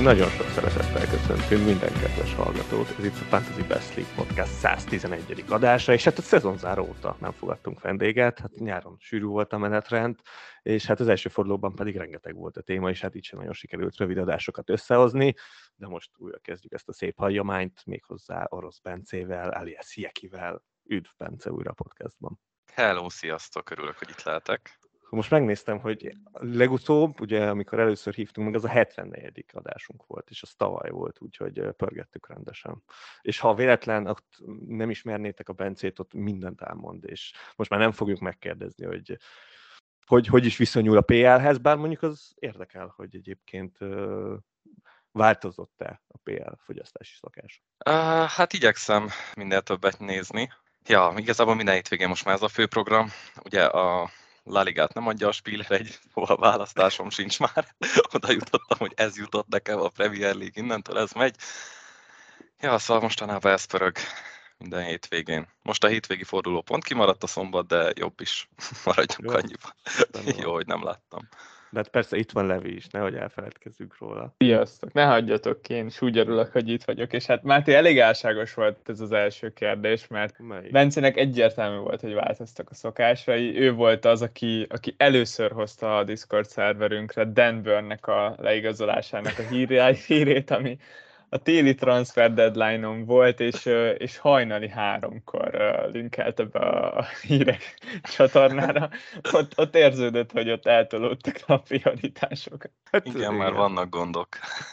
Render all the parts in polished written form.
Nagyon sok szeretettel köszöntünk minden kedves hallgatót. Ez itt a Fantasy Best League Podcast 111. adása, és hát a szezonzáró óta nem fogadtunk vendéget, hát nyáron sűrű volt a menetrend, és hát az első fordulóban pedig rengeteg volt a téma, és hát így sem nagyon sikerült rövid adásokat összehozni, de most újra kezdjük ezt a szép hagyományt, méghozzá Orosz Bencével, alias Jekivel. Üdv, Bence, újra a podcastban. Hello, sziasztok, örülök, hogy itt lehetek. Most megnéztem, hogy legutóbb, ugye, amikor először hívtunk meg, az a 74. adásunk volt, és az tavaly volt, úgyhogy pörgettük rendesen. És ha véletlen nem ismernétek a Bencét, ott mindent elmond, és most már nem fogjuk megkérdezni, hogy is viszonyul a PL-hez, bár mondjuk az érdekel, hogy egyébként változott-e a PL fogyasztási szokás. Hát igyekszem minél többet nézni. Ja, igazából minden hétvégén most már ez a főprogram. Ugye a La Ligát nem adja a Spiller egy, hova választásom sincs már. Oda jutottam, hogy ez jutott nekem a Premier League, innentől ez megy. Ja, szóval mostanában ez pörög minden hétvégén. Most a hétvégi forduló pont kimaradt a szombat, de jobb is. Maradjunk annyiban. Jó, hogy nem láttam. De hát persze itt van Levi is, nehogy elfeledkezzünk róla. Sziasztok, ne hagyjatok ki, én is úgy örülök, hogy itt vagyok, és hát Máté, elég álságos volt ez az első kérdés, mert Bencének egyértelmű volt, hogy változtak a szokásai. Ő volt az, aki először hozta a Discord szerverünkre Dan Burn-nek a leigazolásának a hírét, ami a téli transfer deadline-on volt, és hajnali 3-kor linkelte be a hírek csatornára. Ott érződött, hogy ott eltolódtak a prioritások. Hát, igen, már vannak gondok.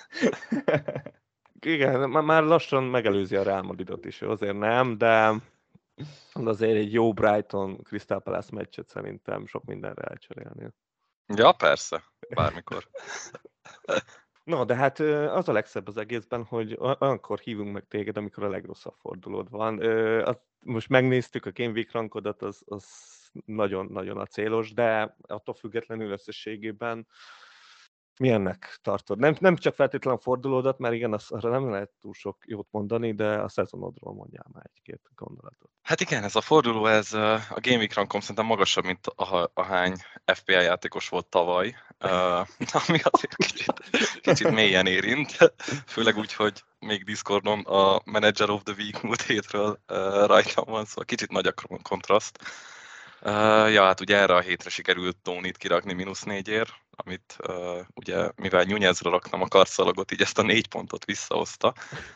Igen, már lassan megelőzi a Real Madridot is, azért nem, de azért egy jó Brighton Crystal Palace meccset szerintem sok mindenre elcserélni. Ja, persze, bármikor. No, de hát az a legszebb az egészben, hogy olyankor hívunk meg téged, amikor a legrosszabb fordulód van. Most megnéztük a Game Week rankodat, az nagyon-nagyon acélos, de attól függetlenül összességében milyennek tartod? Nem csak feltétlenül a fordulódat, mert igen, arra nem lehet túl sok jót mondani, de a szezonodról mondjál már egy-két gondolatot. Hát igen, ez a forduló, ez a Game Week rankom szerintem magasabb, mint ahány FPL játékos volt tavaly, ami azért kicsit mélyen érint, főleg úgy, hogy még Discordon a Manager of the Week múlt hétről rajtam van, szóval kicsit nagy a kontraszt. Ja, hát ugye erre a hétre sikerült Tónit kirakni -4-ért, amit ugye, mivel Nunezra raktam a karszalagot, így ezt a 4 pontot visszahozta.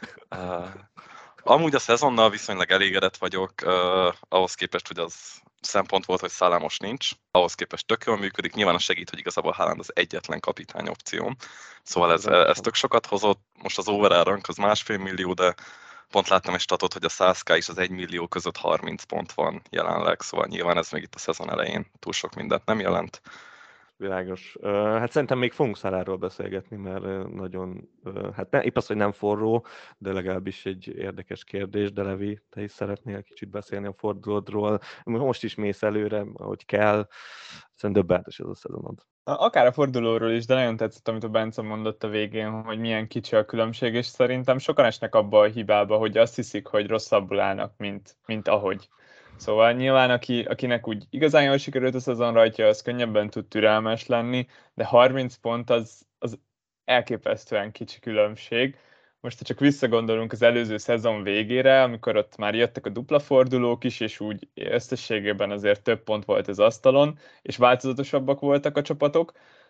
Amúgy a szezonnal viszonylag elégedett vagyok, ahhoz képest, hogy az szempont volt, hogy Salah most nincs, ahhoz képest tök jól működik, nyilván az segít, hogy igazából Haaland az egyetlen kapitány opcióm, szóval ez tök sokat hozott, most az overall rank az 1,5 millió, de pont láttam egy statot, hogy a 100k is az 1 millió között 30 pont van jelenleg, szóval nyilván ez még itt a szezon elején túl sok mindent nem jelent. Világos. Hát szerintem még fogunk Salahról beszélgetni, mert nagyon, hát épp az, hogy nem forró, de legalábbis egy érdekes kérdés, de Levi, te is szeretnél kicsit beszélni a fordulódról. Most is mész előre, ahogy kell. Szerintem döbbenetes ez a szezonod. Akár a fordulóról is, de nagyon tetszett, amit a Bence mondott a végén, hogy milyen kicsi a különbség, és szerintem sokan esnek abba a hibába, hogy azt hiszik, hogy rosszabbul állnak, mint ahogy. Szóval nyilván, akinek úgy igazán jól sikerült a szezon rajta, az könnyebben tud türelmes lenni, de 30 pont az elképesztően kicsi különbség. Most, ha csak visszagondolunk az előző szezon végére, amikor ott már jöttek a dupla fordulók is, és úgy összességében azért több pont volt az asztalon, és változatosabbak voltak a csapatok,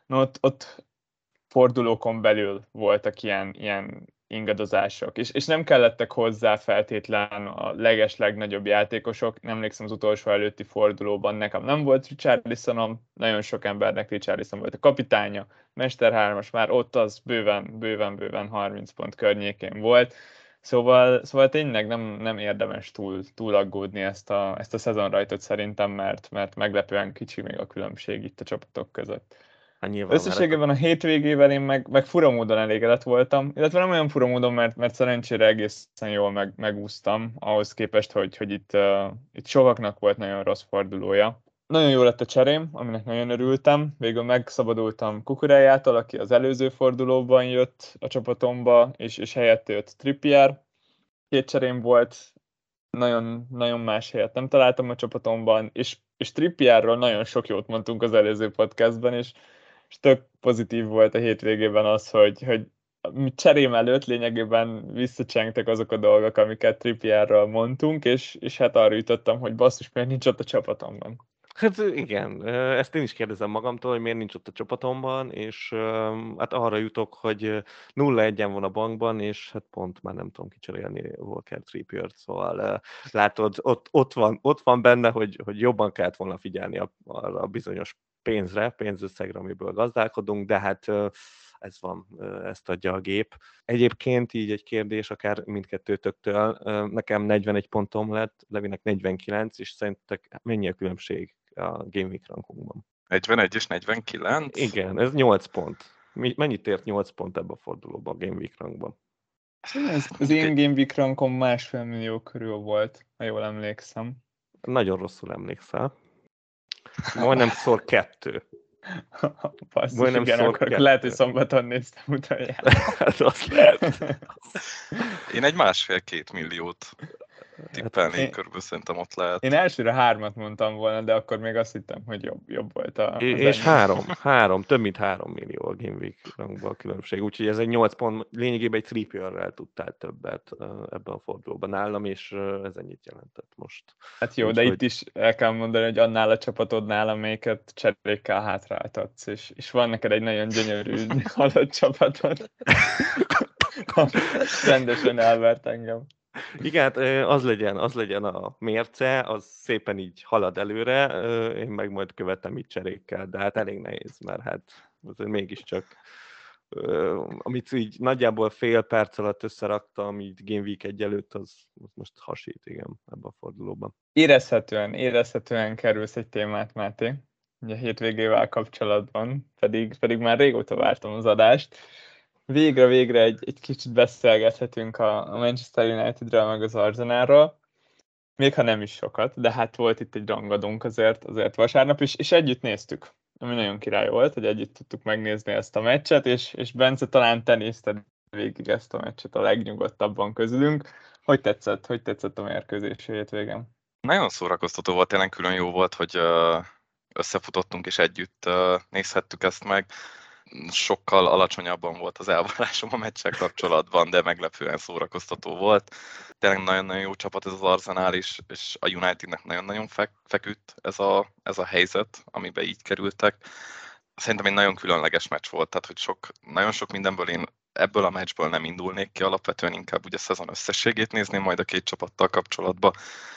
ott fordulókon belül voltak ilyen ingadozások, és nem kellettek hozzá feltétlen a legnagyobb játékosok. Nem emlékszem, az utolsó előtti fordulóban nekem nem volt Richarlisonom, nagyon sok embernek Richarlison volt a kapitánya, Mester 3-as, már ott az bőven 30 pont környékén volt. Szóval tényleg nem érdemes túl aggódni ezt a szezonrajtot szerintem, mert meglepően kicsi még a különbség itt a csapatok között. Összességében a hétvégével én meg fura módon elégedett voltam, illetve nem olyan fura módon, mert szerencsére egészen jól megúsztam, ahhoz képest, hogy itt sokaknak volt nagyon rossz fordulója. Nagyon jó lett a cserém, aminek nagyon örültem. Végül megszabadultam Kukureljától, aki az előző fordulóban jött a csapatomba, és helyette jött Trippier. 2 cserém volt, nagyon, nagyon más helyet nem találtam a csapatomban, és Trippierről nagyon sok jót mondtunk az előző podcastben, és tök pozitív volt a hétvégében az, hogy cserém előtt lényegében visszacsengtek azok a dolgok, amiket Trippierről mondtunk, és hát arra jutottam, hogy basszus, miért nincs ott a csapatomban. Hát igen, ezt én is kérdezem magamtól, hogy miért nincs ott a csapatomban, és hát arra jutok, hogy 0-1-en van a bankban, és hát pont már nem tudom kicserélni Walker Trippiert, szóval látod, ott van benne, hogy jobban kellett volna figyelni arra a bizonyos pénzösszegre, amiből gazdálkodunk, de hát ez van, ezt adja a gép. Egyébként így egy kérdés, akár mindkettőtöktől, nekem 41 pontom lett, Levinek 49, és szerintetek mennyi a különbség a Game Week rankunkban? 41 és 49? Igen, ez 8 pont. Mennyit ért 8 pont ebben a fordulóban a Game Week rankban? Az én Game Week rankom 1,5 millió körül volt, ha jól emlékszem. Nagyon rosszul emlékszel. Majdnem szor 2. Basszus, igen, akkor lehet, hogy szombaton néztem utoljára. Hát azt lehet. Én egy 1,5-2 milliót tippelnék, körülbelül szerintem ott lehet. Én elsőre 3-at mondtam volna, de akkor még azt hittem, hogy jobb volt az és 3, több mint 3 millió a Game Week rankban a különbség, úgyhogy ez egy 8 pont, lényegében egy Trippier-rel tudtál többet ebben a fordulóban nálam, és ez ennyit jelentett most. Hát jó, de itt is el kell mondani, hogy annál a csapatodnál, amelyiket cserékkel hátráltatsz, és van neked egy nagyon gyönyörű halott csapatod. Rendesen elvert engem. Igen, az legyen a mérce, az szépen így halad előre, én meg majd követem így cserékkel, de hát elég nehéz, mert hát azért mégiscsak, amit így nagyjából fél perc alatt összeraktam, így Game Week 1 előtt, az most hasít, igen, ebben a fordulóban. Érezhetően kerülsz egy témát, Máté, ugye a hétvégével kapcsolatban, pedig már régóta vártam az adást. Végre egy kicsit beszélgethetünk a Manchester Unitedről, meg az Arsenalról. Még ha nem is sokat, de hát volt itt egy rangadónk azért vasárnap is, és együtt néztük. Ami nagyon király volt, hogy együtt tudtuk megnézni ezt a meccset, és Bence, talán te nézted végig ezt a meccset a legnyugodtabban közülünk. Hogy tetszett a mérkőzés hétvégén? Nagyon szórakoztató volt, tényleg külön jó volt, hogy összefutottunk és együtt nézhettük ezt meg. Sokkal alacsonyabban volt az elvárásom a meccsel kapcsolatban, de meglepően szórakoztató volt. Tényleg nagyon-nagyon jó csapat ez az Arsenal is, és a Unitednek nagyon-nagyon feküdt ez a helyzet, amiben így kerültek. Szerintem egy nagyon különleges meccs volt, tehát hogy nagyon sok mindenből én ebből a meccsből nem indulnék ki, alapvetően inkább ugye a szezon összességét nézném majd a két csapattal kapcsolatban.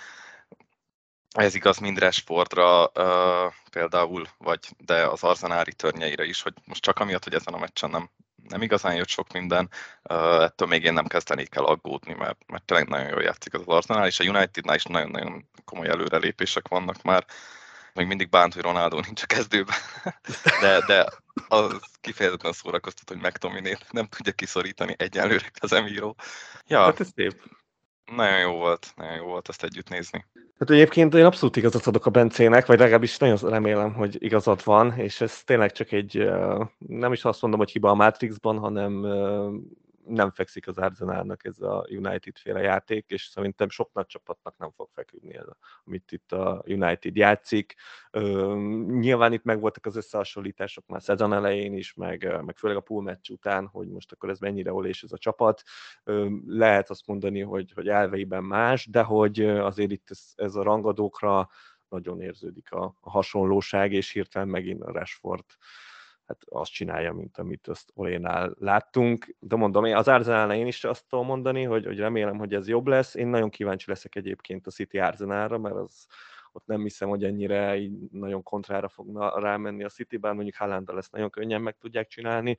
Ez igaz mind Rashfordra például, de az Arsenal returnjeire is, hogy most csak amiatt, hogy ezen a meccsen nem igazán jött sok minden, ettől még én nem kezdenék el aggódni, mert tényleg nagyon jól játszik az Arsenal, és a Unitednál is nagyon-nagyon komoly előrelépések vannak már. Még mindig bánt, hogy Ronaldo nincs a kezdőben, de az kifejezetten szórakoztat, hogy McTominay nem tudja kiszorítani egyenlőre az Emiro. Ja, Hát ez szép. Nagyon jó volt ezt együtt nézni. Hát egyébként én abszolút igazat adok a Bencének, vagy legalábbis nagyon remélem, hogy igazad van, és ez tényleg csak egy, nem is azt mondom, hogy hiba a Matrixban, hanem nem fekszik az Arsenalnak ez a United-féle játék, és szerintem sok nagy csapatnak nem fog feküdni ez, amit itt a United játszik. Nyilván itt megvoltak az összehasonlítások már szezon elején is, meg főleg a pool meccs után, hogy most akkor ez mennyire olés ez a csapat. Lehet azt mondani, hogy elveiben más, de hogy azért itt ez a rangadókra nagyon érződik a hasonlóság, és hirtelen megint a Rashford hát azt csinálja, mint amit azt Olénál láttunk. De mondom, az Arsenalnál én is azt tudom mondani, hogy remélem, hogy ez jobb lesz. Én nagyon kíváncsi leszek egyébként a City Arsenalra, mert ott nem hiszem, hogy ennyire így nagyon kontrára fogna rámenni a Cityben, mondjuk Haalanddal ezt nagyon könnyen meg tudják csinálni.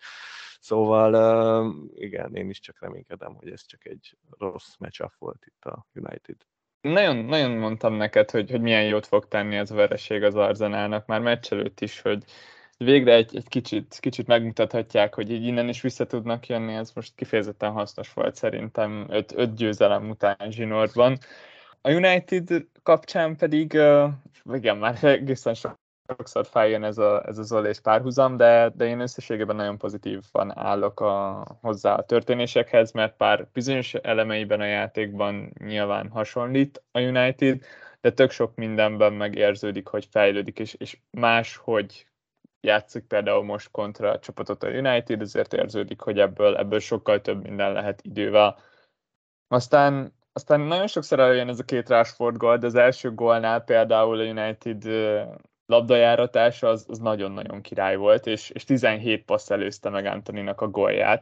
Szóval igen, én is csak reménykedem, hogy ez csak egy rossz matchup volt itt a United. Nagyon mondtam neked, hogy milyen jót fog tenni ez a vereség az Arsenalnak, már meccs előtt is, hogy végre egy kicsit megmutathatják, hogy így innen is vissza tudnak jönni, ez most kifejezetten hasznos volt szerintem 5 győzelem után zsinórban. A United kapcsán pedig, igen, már egészen sokszor feljön ez az Olés párhuzam, de én összességében nagyon pozitívan állok hozzá a történésekhez, mert pár bizonyos elemeiben a játékban nyilván hasonlít a United, de tök sok mindenben megérződik, hogy fejlődik, és máshogy játszik például most kontra a csapatot a United, ezért érződik, hogy ebből sokkal több minden lehet idővel. Aztán nagyon sokszor előjön ez a két Rashford gól, de az első gólnál például a United labdajáratása az nagyon-nagyon király volt, és 17 passz előzte meg Antonynak a gólját,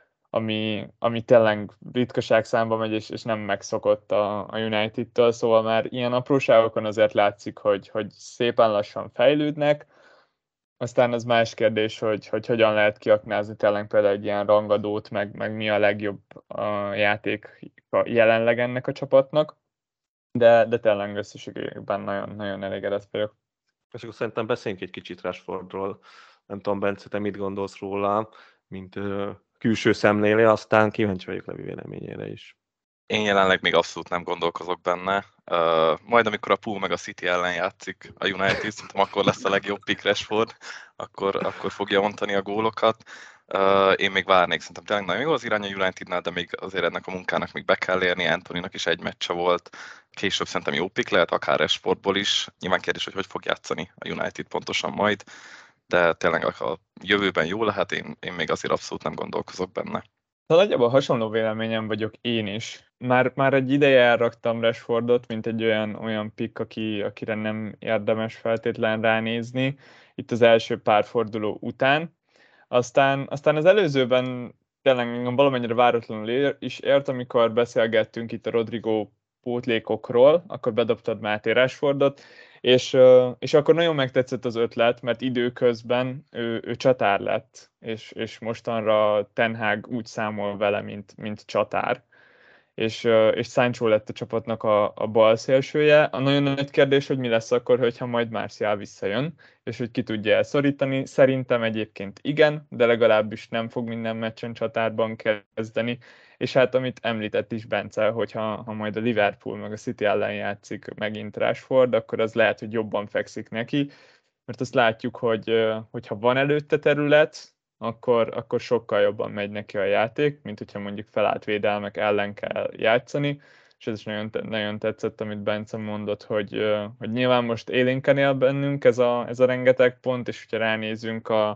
ami tényleg ritkaság számba megy, és nem megszokott a United-től, szóval már ilyen apróságokon azért látszik, hogy szépen lassan fejlődnek. Aztán az más kérdés, hogy hogyan lehet kiaknázni tényleg például egy ilyen rangadót, meg mi a legjobb játék jelenleg ennek a csapatnak, de tényleg összességében nagyon, nagyon elégedett vagyok. És akkor szerintem beszéljünk egy kicsit Rashfordról. Nem tudom, Bence, te mit gondolsz róla, mint külső szemlélő, aztán kíváncsi vagyok Levi véleményére is. Én jelenleg még abszolút nem gondolkozok benne. Majd amikor a Pool meg a City ellen játszik a United, szerintem akkor lesz a legjobb pick Rashford, akkor fogja ontani a gólokat. Én még várnék, szerintem tényleg nagyon jó az irány a Unitednál, de még azért ennek a munkának még be kell érni. Antonynak is egy meccse volt. Később szerintem jó pick lehet, akár Rashfordból is. Nyilván kérdés, hogy fog játszani a United pontosan majd, de tényleg a jövőben jó lehet, én még azért abszolút nem gondolkozok benne. Nagyjából hasonló véleményem vagyok én is. Már egy ideje elraktam Rashfordot, mint egy olyan pick, akire nem érdemes feltétlen ránézni itt az első pár forduló után. Aztán az előzőben tényleg engem valamennyire váratlanul is ért, amikor beszélgettünk itt a Rodrigo pótlékokról, akkor bedobtad Máté Rashfordot, és akkor nagyon megtetszett az ötlet, mert időközben ő csatár lett, és mostanra Ten Hag úgy számol vele, mint csatár. És Sancho lett a csapatnak a bal szélsője. A nagyon nagy kérdés, hogy mi lesz akkor, hogyha majd Martial visszajön, és hogy ki tudja elszorítani. Szerintem egyébként igen, de legalábbis nem fog minden meccsen csatárban kezdeni. És hát amit említett is Bence, hogyha majd a Liverpool meg a City ellen játszik megint Rashford, akkor az lehet, hogy jobban fekszik neki, mert azt látjuk, hogyha van előtte terület, akkor sokkal jobban megy neki a játék, mint hogyha mondjuk felállt védelmek ellen kell játszani, és ez is nagyon, nagyon tetszett, amit Bence mondott, hogy nyilván most élénken él bennünk ez a rengeteg pont, és hogyha ránézünk a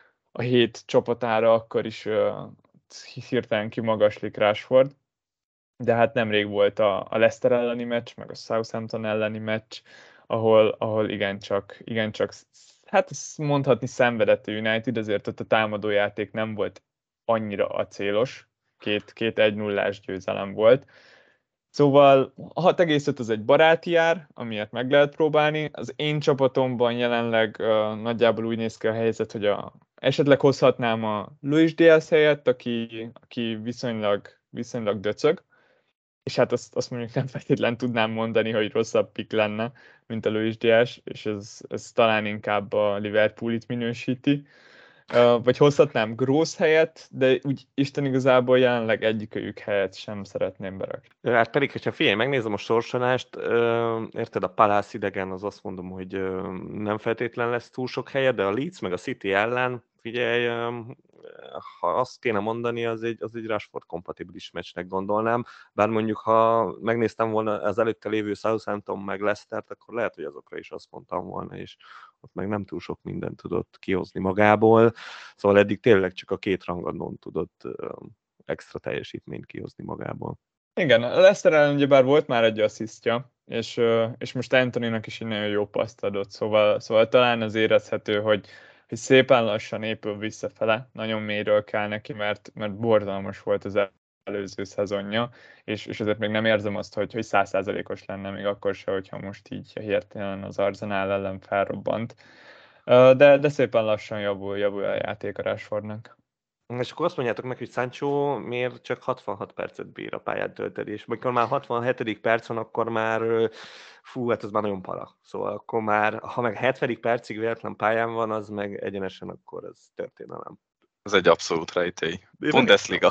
7 csapatára, akkor is hirtelen kimagaslik Rashford, de hát nemrég volt a Leicester elleni meccs, meg a Southampton elleni meccs, ahol igencsak hát ezt mondhatni szenvedett a United, azért ott a támadójáték nem volt annyira acélos, két 1-0-ás győzelem volt. Szóval 6,5 az egy baráti ár, amiért meg lehet próbálni. Az én csapatomban jelenleg nagyjából úgy néz ki a helyzet, hogy esetleg hozhatnám a Luis Diaz helyett, aki viszonylag döcög, és hát azt mondjuk nem feltétlen tudnám mondani, hogy rosszabb pick lenne, mint a Luis Diaz, és ez talán inkább a Liverpoolit minősíti. Vagy hozhatnám Gross helyett, de úgy Isten igazából jelenleg egyikőjük helyett sem szeretném berakni. Hát pedig, hogyha figyelj, megnézem a sorsolást, érted, a Palace idegen, az azt mondom, hogy nem feltétlen lesz túl sok helye, de a Leeds meg a City ellen, figyelj, ha azt kéne mondani, az egy Rashford kompatibilis meccsnek gondolnám, bár mondjuk, ha megnéztem volna az előtte lévő Southampton meg Leicestert, akkor lehet, hogy azokra is azt mondtam volna, és ott meg nem túl sok mindent tudott kihozni magából, szóval eddig tényleg csak a két rangadón tudott extra teljesítményt kihozni magából. Igen, a Leicester ellen ugyebár volt már egy asszisztja, és most Antonynak is egy nagyon jó paszt adott, szóval talán az érezhető, hogy szépen lassan épül visszafele, nagyon mélyről kell neki, mert borzalmas volt az előző szezonja, és ezért még nem érzem azt, hogy 100%-os lenne még akkor se, hogyha most így hirtelen az Arsenal ellen felrobbant. De szépen lassan javul a játék a Rashfordnak. És akkor azt mondjátok meg, hogy Sancho miért csak 66 percet bír a pályát tölteni, és amikor már 67. perc van, akkor már hát az már nagyon para. Szóval akkor már, ha meg 70. percig véletlen pályán van, az meg egyenesen akkor ez történelem. Ez egy abszolút rejtély. Bundesliga.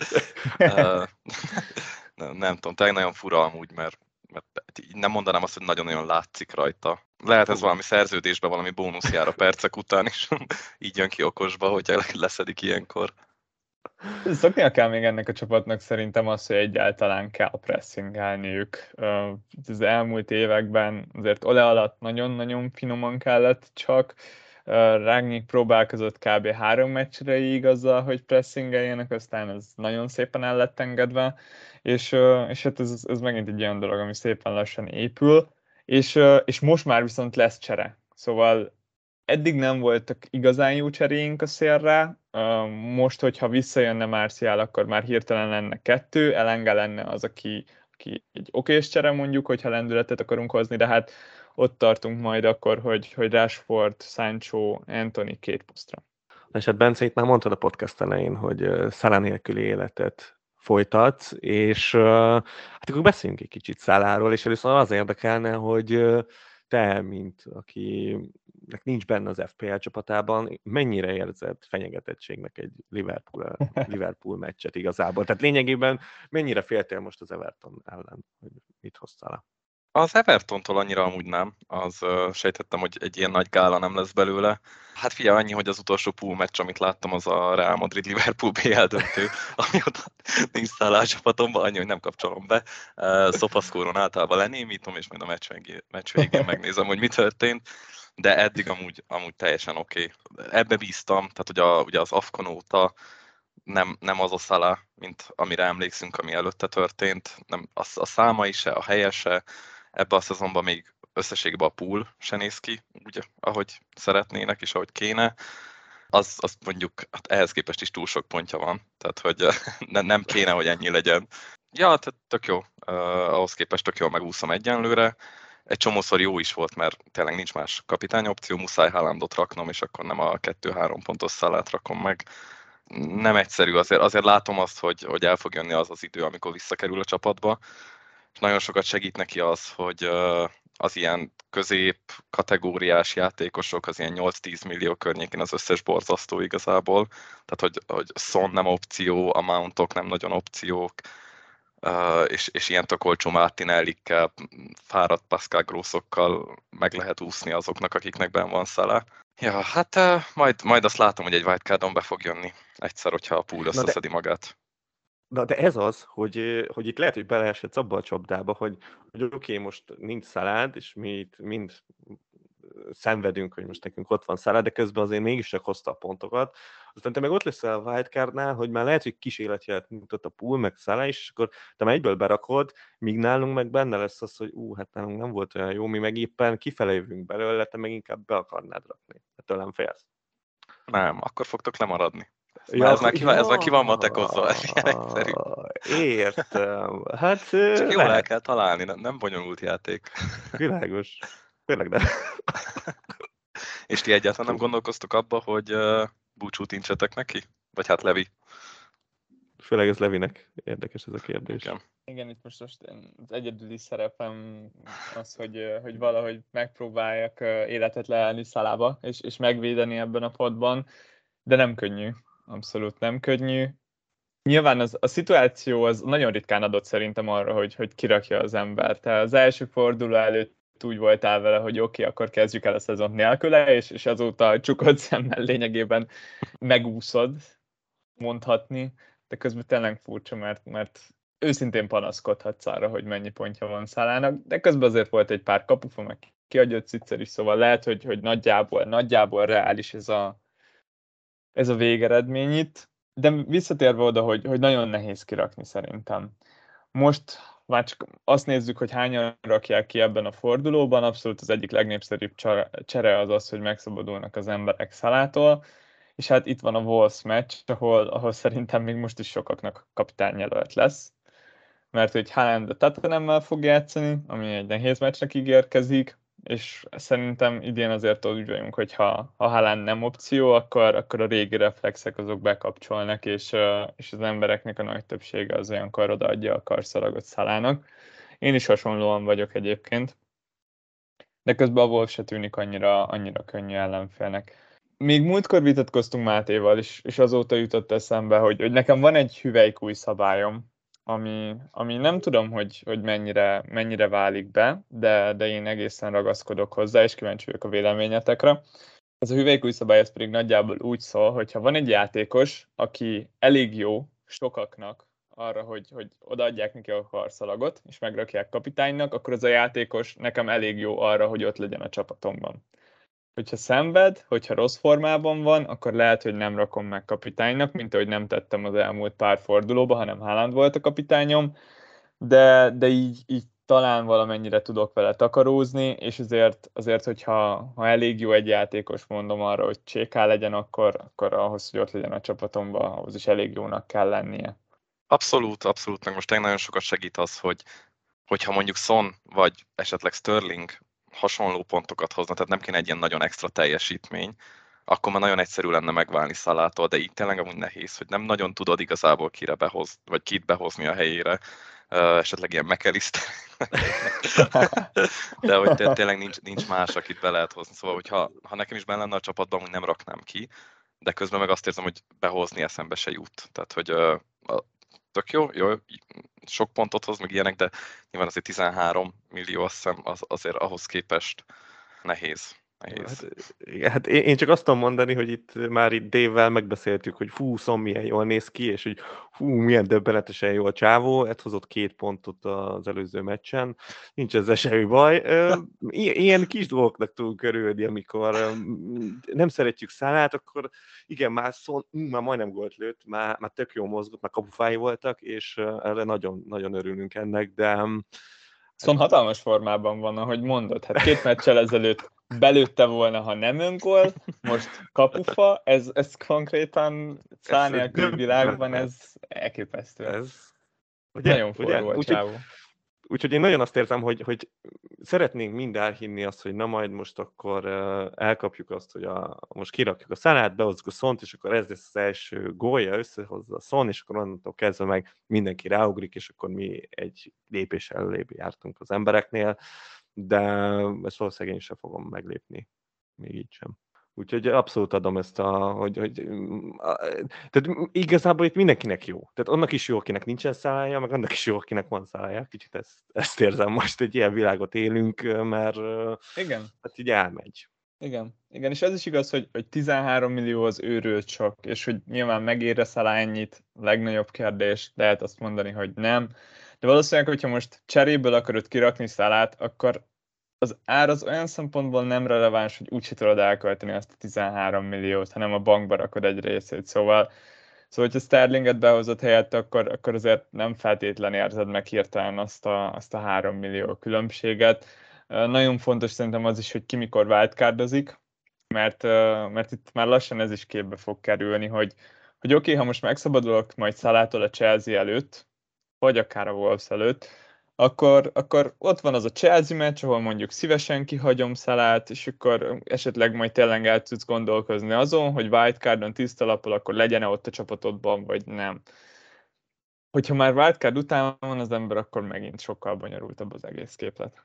Nem tudom, tényleg nagyon fura amúgy, mert nem mondanám azt, hogy nagyon-nagyon látszik rajta. Lehet ez valami szerződésben, valami bónusz jár a percek után is, így jön ki okosba, hogyha leszedik ilyenkor. Szoknia kell még ennek a csapatnak szerintem az, hogy egyáltalán kell pressingelniük. Az elmúlt években azért Ole alatt nagyon-nagyon finoman kellett csak, Rangnick próbálkozott kb. 3 meccsre azzal, hogy pressingeljenek, aztán ez nagyon szépen el lett engedve, és hát ez megint egy olyan dolog, ami szépen lassan épül, és most már viszont lesz csere. Szóval eddig nem voltak igazán jó cseréink a szélre, most, hogyha visszajönne Martial, akkor már hirtelen lenne 2, Elanga lenne az, aki egy okés csere mondjuk, hogyha lendületet akarunk hozni, de hát ott tartunk majd akkor, hogy Rashford, Sancho, Anthony 2 posztra. És hát Bence, itt már mondtad a podcast elején, hogy Salah nélküli életet folytatsz, és hát akkor beszéljünk egy kicsit Salahról, és először az érdekelne, hogy te, mint akinek nincs benne az FPL csapatában, mennyire érzed fenyegetettségnek egy Liverpool meccset igazából? Tehát lényegében mennyire féltél most az Everton ellen, hogy mit hoz Salah? Az Evertontól annyira amúgy nem, az sejtettem, hogy egy ilyen nagy gála nem lesz belőle. Hát figyelj, annyi, hogy az utolsó pool meccs, amit láttam, az a Real Madrid-Liverpool BL döntő, amióta nincs Salah a csapatomban, annyi, hogy nem kapcsolom be. Szofaszkóron általában lenémítom, és majd a meccs végén megnézem, hogy mi történt. De eddig amúgy teljesen oké. Ebbe bíztam, tehát ugye az AFCON óta nem az a Salah, mint amire emlékszünk, ami előtte történt. Nem, a számai se, a helye se. Ebbe a szezonban még összességében a pool se néz ki, úgy, ahogy szeretnének és ahogy kéne. Az mondjuk hát ehhez képest is túl sok pontja van, tehát hogy nem kéne, hogy ennyi legyen. Ja, tehát tök jó, ahhoz képest tök jól megúszom egyenlőre. Egy csomószor jó is volt, mert tényleg nincs más kapitányopció, muszáj Haalandot raknom, és akkor nem a 2-3 pontos Salát rakom meg. Nem egyszerű, azért látom azt, hogy el fog jönni az idő, amikor visszakerül a csapatba, és nagyon sokat segít neki az, hogy az ilyen közép kategóriás játékosok, az ilyen 8-10 millió környékén az összes borzasztó igazából, tehát hogy Son nem opció, a Mountok nem nagyon opciók, és ilyen tök olcsó Martinellikkel, fáradt Pascal Grossokkal meg lehet úszni azoknak, akiknek benn van Salah. Ja, hát majd azt látom, hogy egy wildcardon be fog jönni egyszer, hogyha a pool összeszedi magát. De ez az, hogy itt lehet, hogy beleeshetsz abba a csapdába, hogy oké, most nincs Salah, és mi itt mind szenvedünk, hogy most nekünk ott van Salah, de közben azért mégiscsak hozta a pontokat. Aztán te meg ott leszel a wildcardnál, hogy már lehet, hogy kis életjelet mutat a pool, meg Salah, és akkor te már egyből berakod, míg nálunk meg benne lesz az, hogy hát nálunk nem volt olyan jó, mi meg éppen kifele jövünk belőle, te meg inkább be akarnád rakni. Tőlem félsz. Nem, akkor fogtok lemaradni. Ez már ki van matekozva, ez ilyen egyszerű. Értem. Hát csak jól el kell találni, nem bonyolult játék. Világos. Tényleg nem. És ti egyáltalán nem gondolkoztok abba, hogy búcsút incsetek neki? Vagy hát Levi? Főleg ez Levinek érdekes ez a kérdés. Igen, itt most az egyedüli szerepem az, hogy valahogy megpróbáljak életet leelni Salahba, és megvédeni ebben a potban, de nem könnyű. Abszolút nem könnyű. Nyilván a szituáció az nagyon ritkán adott szerintem arra, hogy kirakja az ember. Tehát az első forduló előtt úgy voltál vele, hogy oké, akkor kezdjük el a szezont nélküle, és azóta csukott szemmel lényegében megúszod, mondhatni, de közben tényleg furcsa, mert őszintén panaszkodhatsz arra, hogy mennyi pontja van Salahnak, de közben azért volt egy pár kapufa, meg kiadott Cicer is, szóval lehet, hogy nagyjából reális ez a végeredmény itt, de visszatérve oda, hogy nagyon nehéz kirakni szerintem. Most már csak azt nézzük, hogy hányan rakják ki ebben a fordulóban, abszolút az egyik legnépszerűbb csere az, hogy megszabadulnak az emberek Salahtól, és hát itt van a Wolves meccs, ahol szerintem még most is sokaknak kapitányjelölt lesz, mert hogy Haaland a Tottenhammel fog játszani, ami egy nehéz meccsnek ígérkezik, és szerintem idén azért úgy vagyunk, hogy ha Haaland nem opció, akkor a régi reflexek azok bekapcsolnak, és az embereknek a nagy többsége az olyankor odaadja a karszalagot Salahnak. Én is hasonlóan vagyok egyébként, de közben a Wolves se tűnik annyira könnyű ellenfélnek. Még múltkor vitatkoztunk Mátéval, és azóta jutott eszembe, hogy nekem van egy hüvelykúj szabályom, ami nem tudom, hogy mennyire válik be, de én egészen ragaszkodok hozzá, és kíváncsi vagyok a véleményetekre. Ez a hüvelykúj szabály ez pedig nagyjából úgy szól, hogy ha van egy játékos, aki elég jó sokaknak arra, hogy odaadják neki a karszalagot, és megrakják kapitánynak, akkor az a játékos nekem elég jó arra, hogy ott legyen a csapatomban. hogyha szenved, hogyha rossz formában van, akkor lehet, hogy nem rakom meg kapitánynak, mint ahogy nem tettem az elmúlt pár fordulóba, hanem Haaland volt a kapitányom, de így talán valamennyire tudok vele takarózni, és azért hogyha elég jó egy játékos, mondom arra, hogy CK legyen, akkor ahhoz, hogy ott legyen a csapatomban, ahhoz is elég jónak kell lennie. Abszolút, meg most tényleg nagyon sokat segít az, hogyha mondjuk Son vagy esetleg Sterling hasonló pontokat hozna, tehát nem kéne egy ilyen nagyon extra teljesítmény, akkor már nagyon egyszerű lenne megválni Salától, de így tényleg amúgy nehéz, hogy nem nagyon tudod igazából vagy kit behozni a helyére, esetleg ilyen McAllister, de hogy tényleg nincs más, akit be lehet hozni. Szóval, hogyha nekem is benne lenne a csapatban, úgy nem raknám ki, de közben meg azt érzem, hogy behozni eszembe se jut. Tehát, hogy tök jó, sok pontot hoz, meg ilyenek, de nyilván azért 13 millió, azt hiszem, azért ahhoz képest nehéz. Hát én csak azt tudom mondani, hogy itt már itt Dave-vel megbeszéltük, hogy Son milyen jól néz ki, és hogy milyen döbbenetesen jó a csávó, hozott 2 pontot az előző meccsen, nincs ezzel semmi baj. Ilyen kis dolgoknak tudunk örülni, amikor nem szeretjük Salát, akkor igen, már majdnem gólt lőtt, már tök jó mozgott, már kapufái voltak, és erre nagyon, nagyon örülünk ennek, de Son hatalmas formában van, ahogy mondod. Hát 2 meccsel ezelőtt belőtte volna, ha nem öngól, most kapufa, ez konkrétan szál nélküli világban, ez elképesztő. Nagyon forró a csávó. Úgyhogy én nagyon azt érzem, hogy szeretnénk mind elhinni azt, hogy na majd most akkor elkapjuk azt, hogy most kirakjuk a Salát, behozzuk a Sont, és akkor ez lesz az első gólja, összehozza a Son, és akkor onnantól kezdve meg mindenki ráugrik, és akkor mi egy lépés előrébb jártunk az embereknél, de ezt valószínűleg én sem fogom meglépni, még így sem. Úgyhogy abszolút adom ezt tehát igazából itt mindenkinek jó. Tehát annak is jó, akinek nincsen szálája, meg annak is jó, akinek van szálája. Kicsit ezt érzem most, egy ilyen világot élünk, mert igen. Hát így elmegy. Igen, és ez is igaz, hogy 13 millió az őrült sok, és hogy nyilván megér-e Salah ennyit, legnagyobb kérdés, lehet azt mondani, hogy nem. De valószínűleg, hogyha most cseréből akarod kirakni Salát, akkor az ár az olyan szempontból nem releváns, hogy úgyse tudod elkölteni azt a 13 milliót, hanem a bankba rakod egy részét. Szóval hogyha Sterlinget behozott helyett, akkor azért nem feltétlen érzed meg hirtelen azt a 3 millió különbséget. Nagyon fontos szerintem az is, hogy ki mikor wildcardozik, mert itt már lassan ez is képbe fog kerülni, hogy oké, ha most megszabadulok majd Salától a Chelsea előtt, vagy akár a Wolves előtt, akkor ott van az a Chelsea meccs, ahol mondjuk szívesen kihagyom Salát, és akkor esetleg majd tényleg el tudsz gondolkozni azon, hogy wildcardon tiszta lappal, akkor legyen-e ott a csapatodban, vagy nem. Hogyha már wildcard után van az ember, akkor megint sokkal bonyolultabb az egész képlet.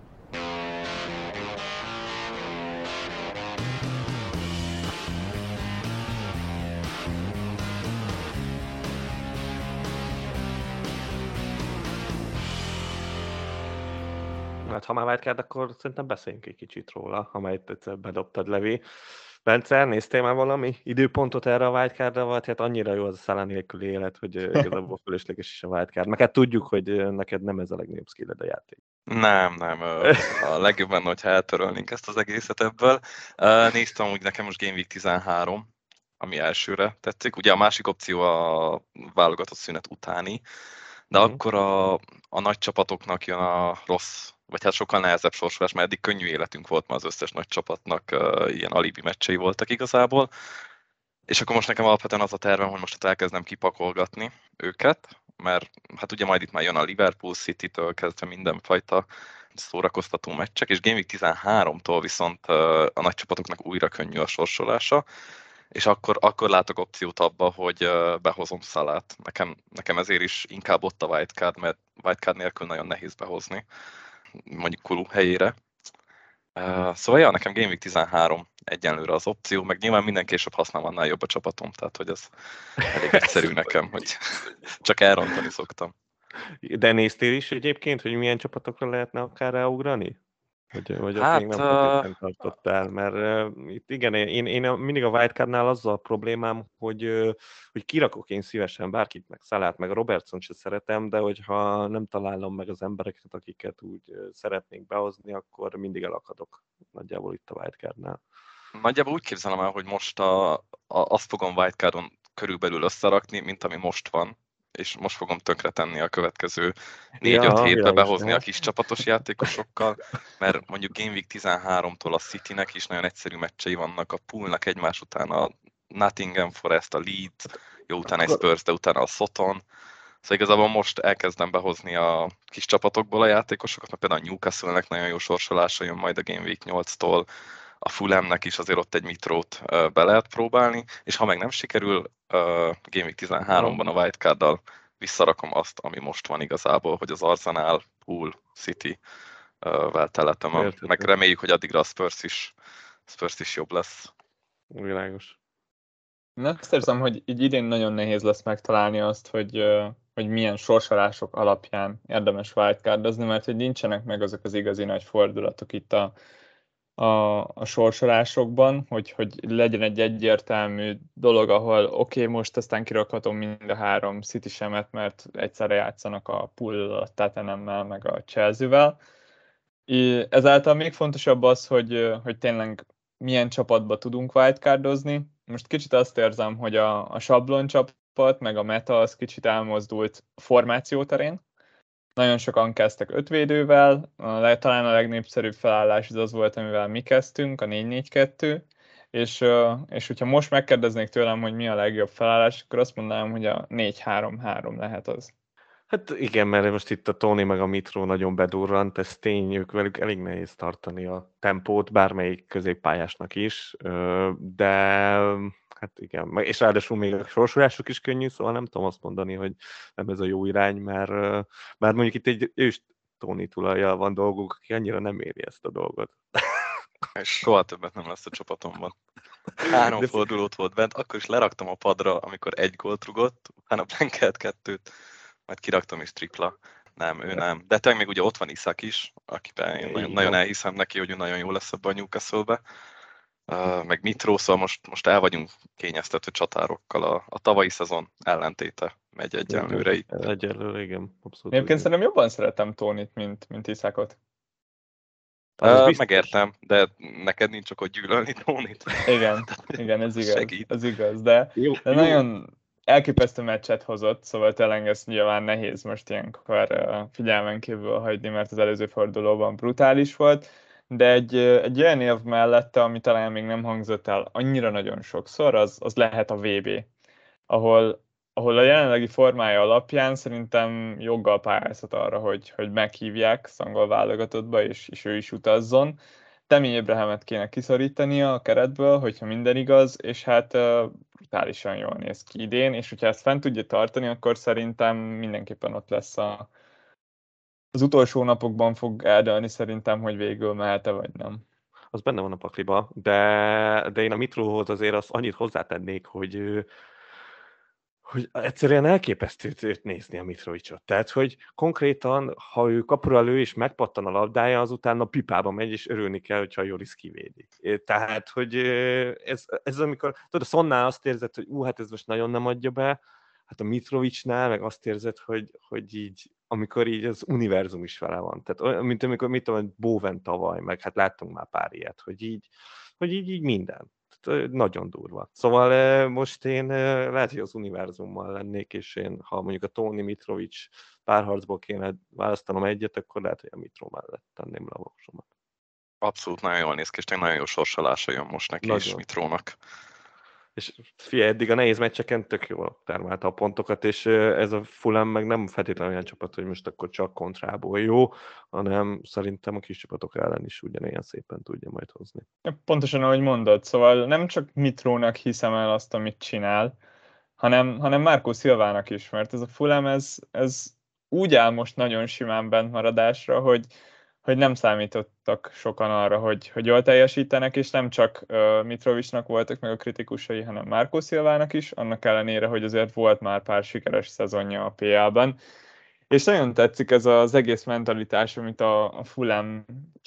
Hát ha már wildcard, akkor szerintem beszéljünk egy kicsit róla, amelyet egyszer bedobtad, Levi. Bence, néztél már valami időpontot erre a wildcardra, vagy hát annyira jó az a Salah nélküli élet, hogy igazából fölösleges is a wildcard. Meg hát tudjuk, hogy neked nem ez a legnagyobb skilled a játék. Nem. A legjobb lenne, hogyha eltörölnénk ezt az egészet ebből. Néztem úgy nekem most Game Week 13, ami elsőre tetszik. Ugye a másik opció a válogatott szünet utáni, de akkor a nagy csapatoknak jön a rossz, vagy hát sokkal nehezebb sorsolás, mert eddig könnyű életünk volt, mert az összes nagy csapatnak ilyen alibi meccsei voltak igazából. És akkor most nekem alapvetően az a tervem, hogy most elkezdem kipakolgatni őket, mert hát ugye majd itt már jön a Liverpool City-től kezdve mindenfajta szórakoztató meccsek, és Game Week 13-tól viszont a nagy csapatoknak újra könnyű a sorsolása, és akkor látok opciót abba, hogy behozom Salát. Nekem ezért is inkább ott a wildcard, mert wildcard nélkül nagyon nehéz behozni, mondjuk Kulu helyére. Szóval nekem Game Week 13 egyenlőre az opció, meg nyilván minden később használom, annál jobb a csapatom, tehát hogy ez elég egyszerű nekem, hogy csak elrontani szoktam. De néztél is egyébként, hogy milyen csapatokra lehetne akár ráugrani? Vagy ott még Hát, nem feltétlenül tartott el, mert itt igen, én mindig a wildcardnál azzal a problémám, hogy kirakok én szívesen bárkit, meg Szalát, meg a Robertson se szeretem, de hogyha nem találom meg az embereket, akiket úgy szeretnénk behozni, akkor mindig elakadok nagyjából itt a wildcardnál. nagyjából úgy képzelem el, hogy most azt fogom wildcardon körülbelül összerakni, mint ami most van, és most fogom tönkretenni a következő 4-5 hétbe világos, behozni a kis csapatos játékosokkal, mert mondjuk Game Week 13-tól a Citynek is nagyon egyszerű meccsei vannak, a Poolnak egymás után a Nottingham Forest, a Leeds, jó utána egy Spurs, de utána a Soton. Szóval igazából most elkezdem behozni a kis csapatokból a játékosokat, mert például a Newcastle-nek nagyon jó sorsolása jön majd a Game Week 8-tól, a Fulhamnek is azért ott egy mitrót be lehet próbálni, és ha meg nem sikerül Game Week 13-ban a wildcarddal visszarakom azt, ami most van igazából, hogy az Arsenal, Pool, City vel teletem. Meg reméljük, hogy addigra a Spurs is jobb lesz. Világos. Én azt érzem, hogy így idén nagyon nehéz lesz megtalálni azt, hogy milyen sorsolások alapján érdemes wildcardozni, mert hogy nincsenek meg azok az igazi nagy fordulatok itt a sorsolásokban, hogy legyen egy egyértelmű dolog, ahol oké, most aztán kirakhatom mind a 3 City-semet, mert egyszerre játszanak a Pool, a Tottenhammel, meg a Chelsea-vel. Ezáltal még fontosabb az, hogy tényleg milyen csapatba tudunk wildcardozni. Most kicsit azt érzem, hogy a sablon csapat, meg a meta az kicsit elmozdult a formáció terén. Nagyon sokan kezdtek 5 védővel, talán a legnépszerűbb felállás az volt, amivel mi kezdtünk, a 4-4-2, és hogyha most megkérdeznék tőlem, hogy mi a legjobb felállás, akkor azt mondanám, hogy a 4-3-3 lehet az. Hát igen, mert most itt a Tony meg a Mitro nagyon bedurrant, ez tény, ők velük elég nehéz tartani a tempót, bármelyik középpályásnak is, de hát igen, és ráadásul még a sorsolásuk is könnyű, szóval nem tudom azt mondani, hogy nem ez a jó irány, mert mondjuk itt egy ős Tony tulajjal van dolguk, aki annyira nem éri ezt a dolgot. És soha többet nem lesz a csapatomban. 3 fordulót volt bent, akkor is leraktam a padra, amikor 1 gólt rugott, utána blankelt 2-t, majd kiraktam is tripla. Nem, ő nem. De tényleg még ugye ott van Isak is, akiben én nagyon elhiszem neki, hogy ő nagyon jó lesz abban a Newcastle-be. Meg Mitro, szóval most el vagyunk kényeztetve csatárokkal. A tavalyi szezon ellentéte megy egyenlőre itt. Egyelőre, igen. Abszolút. Egyébként szerintem jobban szeretem Tonit, mint Isakot. Megértem, de neked nincs okod gyűlölni Tonit. Igen, ez igaz. Segít. Ez igaz, de nagyon elképesztő meccset hozott, szóval tényleg ezt nyilván nehéz most ilyenkor figyelmen kívül hagyni, mert az előző fordulóban brutális volt, de egy olyan év mellette, ami talán még nem hangzott el annyira nagyon sokszor, az lehet a VB, ahol a jelenlegi formája alapján szerintem joggal pályázhat arra, hogy meghívják szangol válogatottba, és ő is utazzon. Tammy Abrahamet kéne kiszorítania a keretből, hogyha minden igaz, és hát brutálisan jól néz ki idén, és hogyha ezt fent tudja tartani, akkor szerintem mindenképpen ott lesz az utolsó napokban fog eldőlni szerintem, hogy végül mehet-e vagy nem. Az benne van a pakliba, de én a Mitrohoz azért azt annyit hozzátennék, hogy egyszerűen elképesztő őt nézni a Mitrovicsot. Tehát, hogy konkrétan, ha ő kapura lő és megpattan a labdája, azután a pipába megy, és örülni kell, hogyha a Joris kivédi. Tehát, hogy ez amikor, tudod, a Sonnál azt érzed, hogy hát ez most nagyon nem adja be, hát a Mitrovicsnál meg azt érzed, hogy így, amikor így az univerzum is vele van. Tehát, mint amikor, mit tudom, Bowen tavaly, meg hát láttunk már pár ilyet, hogy így minden. Nagyon durva. Szóval most én lehet, hogy az univerzummal lennék, és én, ha mondjuk a Tony Mitrovic párharcból kéne választanom egyet, akkor lehet, hogy a Mitro mellett tenném le a voksomat. Abszolút nagyon jól néz ki, és nagyon jó sorsolása jön most neki is Mitrónak. És figyelj, eddig a nehéz meccseken tök jól termelte a pontokat, és ez a Fulham meg nem feltétlenül olyan csapat, hogy most akkor csak kontrából jó, hanem szerintem a kis csapatok ellen is ugyanilyen szépen tudja majd hozni. Pontosan ahogy mondod, szóval nem csak Mitrónak hiszem el azt, amit csinál, hanem Marco Silvának is, mert ez a Fulham, ez úgy áll most nagyon simán bent maradásra, hogy nem számítottak sokan arra, hogy jól teljesítenek, és nem csak Mitrovicsnak voltak meg a kritikusai, hanem Marco Silvának is, annak ellenére, hogy azért volt már pár sikeres szezonja a PL-ben. És nagyon tetszik ez az egész mentalitás, amit a Fulham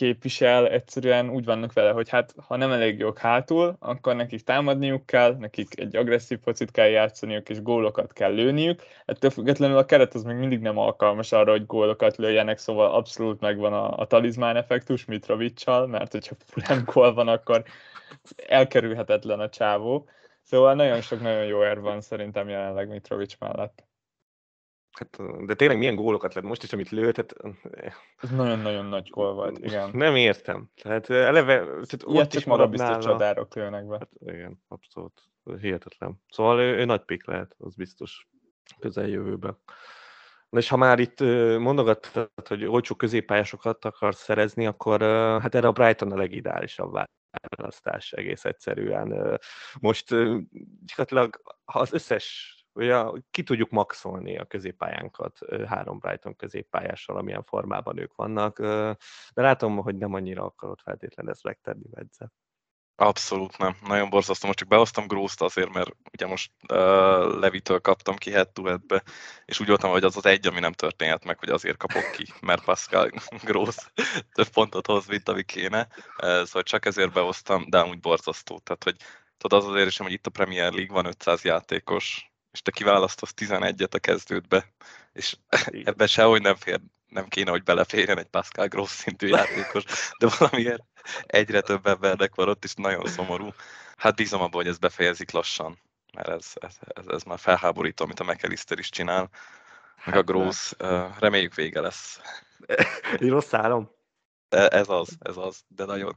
képvisel, egyszerűen úgy vannak vele, hogy hát ha nem elég jók hátul, akkor nekik támadniuk kell, nekik egy agresszív focit kell játszaniuk, és gólokat kell lőniük. Ettől függetlenül a keret az még mindig nem alkalmas arra, hogy gólokat lőjenek, szóval abszolút megvan a talizmán effektus Mitrovic-sal, mert hogyha nem gól van, akkor elkerülhetetlen a csávó. Szóval nagyon sok, nagyon jó érv van szerintem jelenleg Mitrovic mellett. Hát, de tényleg milyen gólokat lett most is, amit lőtt, Ez nagyon-nagyon nagy gól volt, igen. Nem értem. Tehát eleve... Ilyet is magabiztos csodárok lőnek be. Hát, igen, abszolút. Hihetetlen. Szóval ő nagy pick lehet, az biztos közeljövőben. Na és ha már itt mondogattad, hogy olcsó középpályásokat akarsz szerezni, akkor hát erre a Brighton a legideálisabb választás egész egyszerűen. Most gyakorlatilag, ha az összes, ugye, ki tudjuk maxolni a középpályánkat 3 Brighton középpályással, amilyen formában ők vannak, de látom, hogy nem annyira akarod feltétlenül ezt megtenni, Vedze. Abszolút nem. Nagyon borzasztó. Most csak behoztam Gross-t azért, mert ugye most Levitől kaptam ki head-to-headbe, és úgy voltam, hogy az az egy, ami nem történhet meg, hogy azért kapok ki, mert Pascal Gross több pontot hoz, mint ami kéne. Szóval csak ezért behoztam, de amúgy borzasztó. Tehát, hogy tudod, az az érzésem, hogy itt a Premier League van 500 játékos, és te kiválasztasz 11-et a kezdődbe, és ebben sehogy nem kéne, hogy beleférjen egy Pascal Gross szintű játékos, de valamiért egyre több embernek van ott, és nagyon szomorú. Hát bízom abban, hogy ez befejezik lassan, mert ez már felháborító, amit a McAllister is csinál, meg a Gross, reméljük vége lesz. Egy rossz álom. Ez az, de nagyon.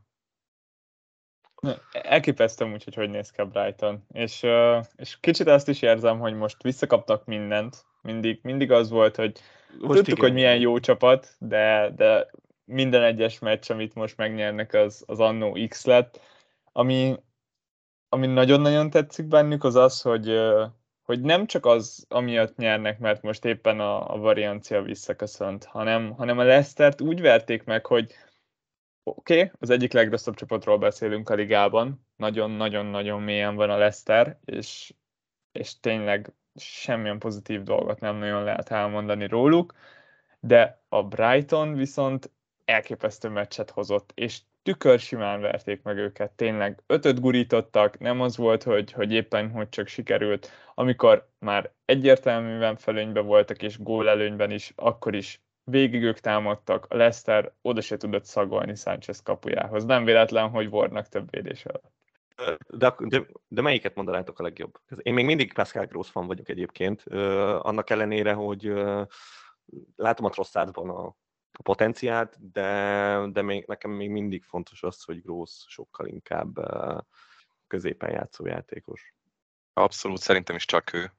Elképesztem úgy, hogy néz ki a Brighton, és kicsit azt is érzem, hogy most visszakaptak mindent. Mindig az volt, hogy most tudtuk, igen, hogy milyen jó csapat, de minden egyes meccs, amit most megnyernek, az annó X lett. Ami nagyon-nagyon tetszik bennük, az az, hogy nem csak az amiatt nyernek, mert most éppen a variancia visszaköszönt, hanem a Leicestert úgy verték meg, hogy oké, az egyik legrosszabb csapatról beszélünk a ligában, nagyon-nagyon-nagyon mélyen van a Leicester, és tényleg semmilyen pozitív dolgot nem nagyon lehet elmondani róluk, de a Brighton viszont elképesztő meccset hozott, és tükörsimán verték meg őket, tényleg 5-5 gurítottak, nem az volt, hogy éppen hogy csak sikerült, amikor már egyértelműen fölönyben voltak, és gólelőnyben is, akkor is végig ők támadtak, a Leicester oda se tudott szagolni Sánchez kapujához. Nem véletlen, hogy Wardnak több védés alatt. De melyiket mondanátok a legjobb? Én még mindig Pascal Gross fan vagyok egyébként, annak ellenére, hogy látom a Trossardban a potenciált, de nekem még mindig fontos az, hogy Gross sokkal inkább középen játszó játékos. Abszolút, szerintem is csak ő.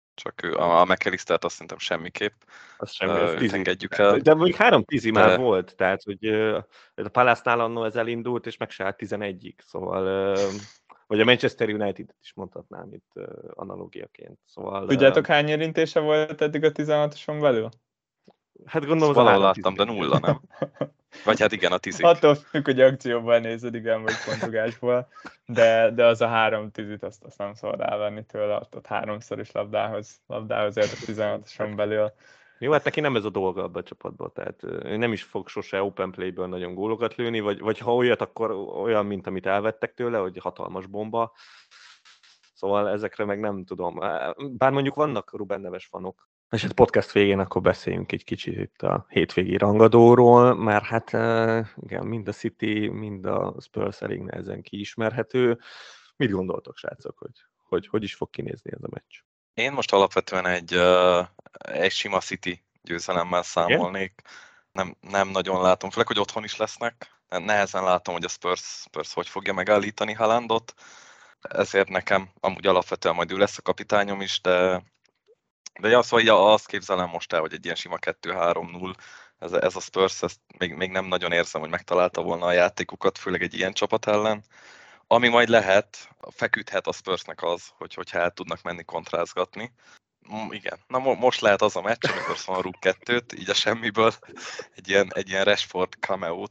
A McAllistert azt szerintem semmiképp. Azt semmi, engedjük el. De mondjuk 3 10 már volt, tehát hogy a Palace-nál annól ez elindult, és meg se állt 11-ig, szóval vagy a Manchester United is mondhatnám itt analógiaként. Szóval, tudjátok, hány érintése volt eddig a 16-oson belül? Hát gondolom, valahol láttam, de 0, nem? Vagy hát igen, a 10. Attól függ, hogy akcióban nézed, igen, vagy pontugásból, de az a 3 10-it azt nem szabad elvenni tőle, ott 3-szor is labdához élt a 16-oson belül. Jó, hát neki nem ez a dolga abban a csapatban, tehát ő nem is fog sose open playből nagyon gólokat lőni, vagy ha olyat, akkor olyan, mint amit elvettek tőle, hogy hatalmas bomba. Szóval ezekre meg nem tudom. Bár mondjuk vannak Ruben neves fanok. És a podcast végén akkor beszéljünk egy kicsit itt a hétvégi rangadóról, mert hát igen, mind a City, mind a Spurs elég nehezen kiismerhető. Mit gondoltok, srácok, hogy is fog kinézni ez a meccs? Én most alapvetően egy sima City győzelemmel számolnék. Nem nagyon látom, főleg, hogy otthon is lesznek. Nehezen látom, hogy a Spurs hogy fogja megállítani Haalandot. Ezért nekem amúgy alapvetően majd ő lesz a kapitányom is, de szóval azt képzelem most el, hogy egy ilyen sima 2-3-0, ez a Spurs, ezt még nem nagyon érzem, hogy megtalálta volna a játékukat, főleg egy ilyen csapat ellen. Ami majd lehet, feküdhet a Spursnek az, hogyha el tudnak menni kontrázgatni. Igen, na most lehet az a meccs, amikor szomorú 2-t, így a semmiből egy ilyen Rashford cameo-t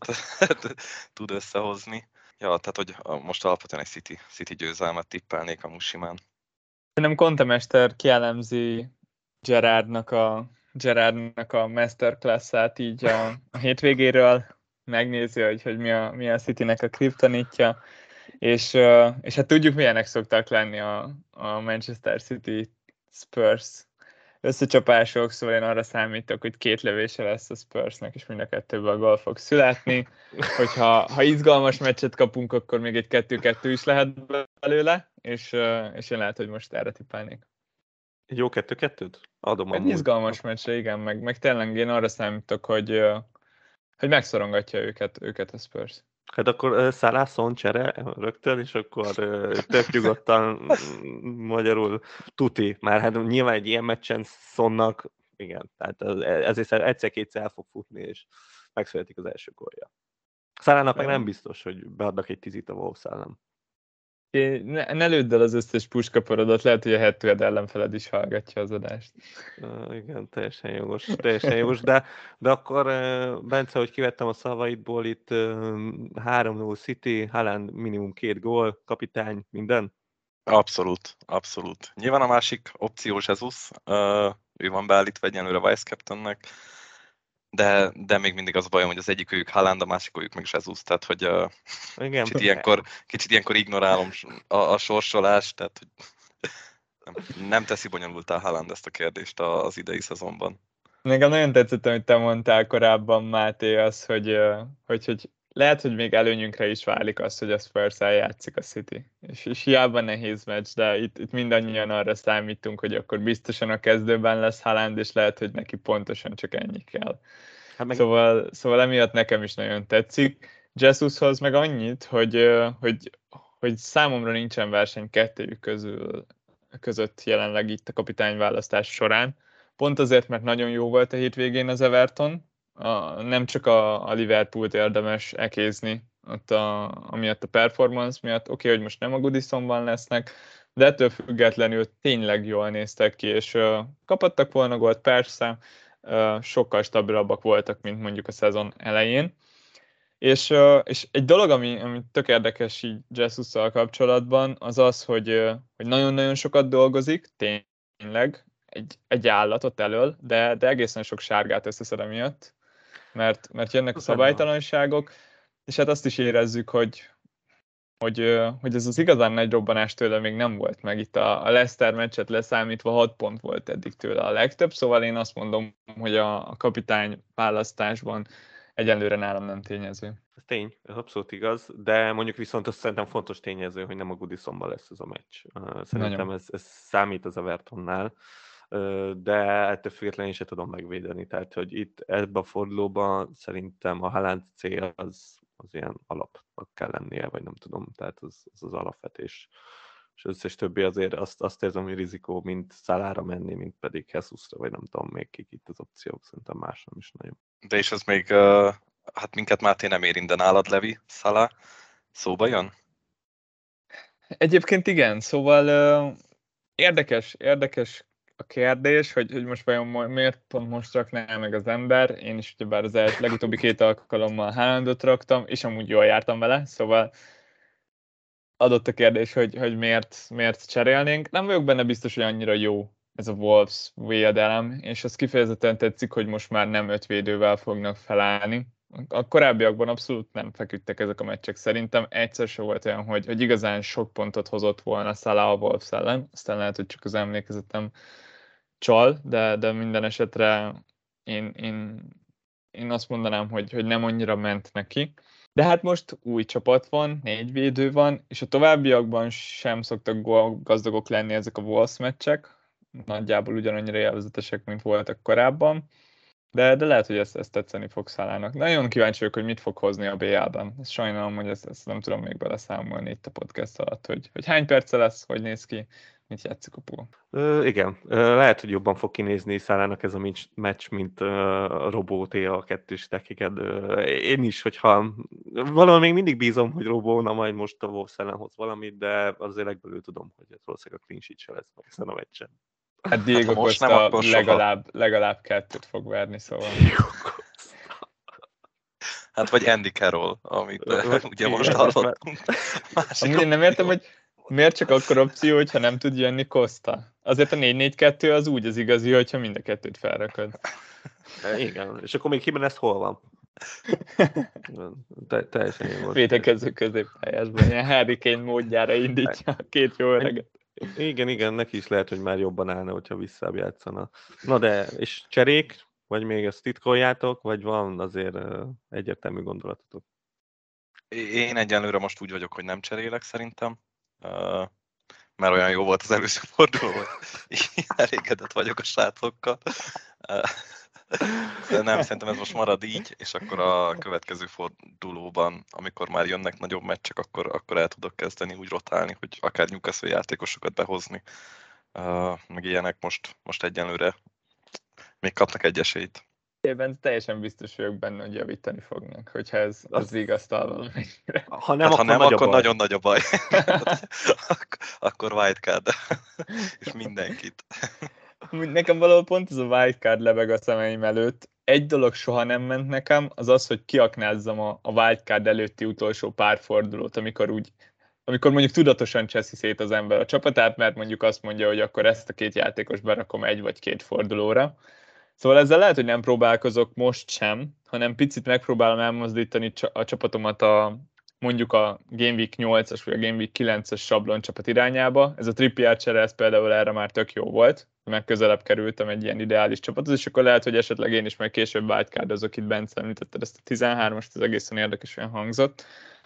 tud összehozni. Ja, tehát hogy most alapvetően egy City győzelmet tippelnék a simán. Szerintem Conte mester kielemzi Gerrardnak a masterclass-át így a hétvégéről. megnézi, hogy mi a Citynek a kriptonitja, és hát tudjuk, milyenek szoktak lenni a Manchester City Spurs összecsapások, szóval én arra számítok, hogy 2 lövése lesz a Spursnek, és mind a 2-ből gól fog születni. Hogyha izgalmas meccset kapunk, akkor még egy 2-2 is lehet belőle, és én lehet, hogy most erre tippelnék. Egy jó 2-2-t? Adom Egy izgalmas meccsre, igen, meg tényleg én arra számítok, hogy megszorongatja őket a Spurs. Hát akkor Salah Son csere rögtön, és akkor tök nyugodtan magyarul tuti. Már hát nyilván egy ilyen meccsen Sonnak, igen, tehát ezért egyszer-kétszer el fog futni, és megszületik az első gólja. Salahnak meg nem biztos, hogy beadnak egy 10-it a Wolves ellen. Ne lődd el az összes puskaporodat, lehet, hogy a head-to-head ellenfeled is hallgatja az adást. Igen, teljesen jogos, de akkor Bence, hogy kivettem a szavaidból, itt 3-0 City, Haaland minimum 2 gól, kapitány, minden? Abszolút. Nyilván a másik opció Jesus, ő van beállítva egyenlőre Vice Captainnek, de még mindig az a bajom, hogy az egyikőjük Haaland, a másikőjük meg Jesus, tehát hogy Igen. kicsit ilyenkor ignorálom a sorsolást, tehát hogy nem teszi bonyolultá Haaland ezt a kérdést az idei szezonban. Nekem nagyon tetszett, amit te mondtál korábban, Máté, az, hogy lehet, hogy még előnyünkre is válik az, hogy a Spurs-el játszik a City. És hiába nehéz meccs, de itt mindannyian arra számítunk, hogy akkor biztosan a kezdőben lesz Haaland, és lehet, hogy neki pontosan csak ennyi kell. Hát szóval emiatt nekem is nagyon tetszik. Jesushoz meg annyit, hogy számomra nincsen verseny kettőjük között jelenleg itt a kapitányválasztás során. Pont azért, mert nagyon jó volt a hétvégén az Everton, nem csak a Liverpoolt érdemes ekézni, amiatt a performance miatt, oké, hogy most nem a Goodisonban lesznek, de ettől függetlenül tényleg jól néztek ki, és kapattak volna gólt, persze, sokkal stabilabbak voltak, mint mondjuk a szezon elején. És egy dolog, ami tök érdekes így Jesus-szal kapcsolatban, az az, hogy nagyon-nagyon sokat dolgozik, tényleg, egy állatot elől, de egészen sok sárgát összeszed emiatt, mert jönnek a szabálytalanságok, és hát azt is érezzük, hogy ez az igazán nagy robbanás tőle még nem volt meg. Itt a Leicester meccset leszámítva 6 pont volt eddig tőle a legtöbb, szóval én azt mondom, hogy a kapitány választásban egyenlőre nálam nem tényező. Ez tény, ez abszolút igaz, de mondjuk viszont azt szerintem fontos tényező, hogy nem a Goodisonban lesz ez a meccs. Szerintem ez számít az Evertonnál, de ettől függetlenül is tudom megvédeni. Tehát, hogy itt ebben a fordulóban szerintem a Haaland cél az ilyen alapnak kell lennie, vagy nem tudom, tehát az alapvetés. És az összes többi azért azt érzem, hogy rizikó, mint Salahra menni, mint pedig Jesusra, vagy nem tudom még kik itt az opciók, szerintem más nem is nagyon. De és ez még, hát minket Máté nem érint, de nálad Levi, Salah szóba jön? Egyébként igen, szóval érdekes a kérdés, hogy most vajon miért pont most rakná meg az ember. Én is ugyebár az legutóbbi 2 alkalommal Haalandot raktam, és amúgy jól jártam vele, szóval adott a kérdés, hogy miért cserélnénk. Nem vagyok benne biztos, hogy annyira jó ez a Wolves védelem, és az kifejezetten tetszik, hogy most már nem 5 védővel fognak felállni. A korábbiakban abszolút nem feküdtek ezek a meccsek. Szerintem egyszer sem volt olyan, hogy igazán sok pontot hozott volna Salah a Wolves ellen. Aztán lehet, hogy csak az emlékezetem csal, de minden esetre én azt mondanám, hogy nem annyira ment neki. De hát most új csapat van, 4 védő van, és a továbbiakban sem szoktak gazdagok lenni ezek a Wolves meccsek. Nagyjából ugyanannyira élvezetesek, mint voltak korábban. De lehet, hogy ezt tetszeni fog Salahnak. Nagyon kíváncsi vagyok, hogy mit fog hozni a BL-ben. Sajnálom, hogy ezt nem tudom még beleszámolni itt a podcast alatt, hogy hány perce lesz, hogy néz ki, mit játszik a pool. Igen, lehet, hogy jobban fog kinézni Salahnak ez a meccs, mint a Robóté a 2-s tekiket. Én is, hogyha valahol még mindig bízom, hogy Robóna majd most a Wolves ellen hoz valamit, de azért legbelül tudom, hogy ez valószínűleg a clean sheet se lesz meg ezen a meccsen. Hát Diego Costa legalább 2 fog verni, szóval. Hát vagy Andy Carroll, amit ugye most hallottunk. Én nem értem, hogy miért csak akkor opció, hogyha nem tud jönni Costa? Azért a 4-4-2 az úgy az igazi, hogyha mind a 2-t felrakod. Igen, és akkor még Jimenez hol van? Teljesen én volt. Védekező középpályásban, ilyen Harry Kane módjára indítja a két jó öreget. Igen, neki is lehet, hogy már jobban állna, hogyha visszább játszana. Na de, és cserék? Vagy még ezt titkoljátok? Vagy van azért egyértelmű gondolatotok? Én egyenlőre most úgy vagyok, hogy nem cserélek szerintem. Mert olyan jó volt az előző forduló, hogy elégedett vagyok a srácokkal. Nem, szerintem ez most marad így, és akkor a következő fordulóban, amikor már jönnek nagyobb meccsek, akkor el tudok kezdeni úgy rotálni, hogy akár Newcastle játékosokat behozni. Meg ilyenek most egyenlőre még kapnak egy esélyt. Én teljesen biztos vagyok benne, hogy javítani fognak, hogyha ez igaztal valamennyire. Ha nem, akkor nagyon nagy a baj. Akkor wildcard. És mindenkit. Nekem valahol pont ez a wildcard lebeg a szemeim előtt. Egy dolog soha nem ment nekem, az az, hogy kiaknázzam a wildcard előtti utolsó pár fordulót, amikor mondjuk tudatosan cseszi szét az ember a csapatát, mert mondjuk azt mondja, hogy akkor ezt a két játékos berakom egy vagy két fordulóra. Szóval ezzel lehet, hogy nem próbálkozok most sem, hanem picit megpróbálom elmozdítani a csapatomat mondjuk a Game Week 8-as vagy a Game Week 9-es sablon csapat irányába. Ez a Trippier csere, ez például erre már tök jó volt, meg közelebb kerültem egy ilyen ideális csapathoz, és akkor lehet, hogy esetleg én is meg később wildcardozok, itt Bence említetted ezt a 13-ast, ez egészen érdekesen hangzott.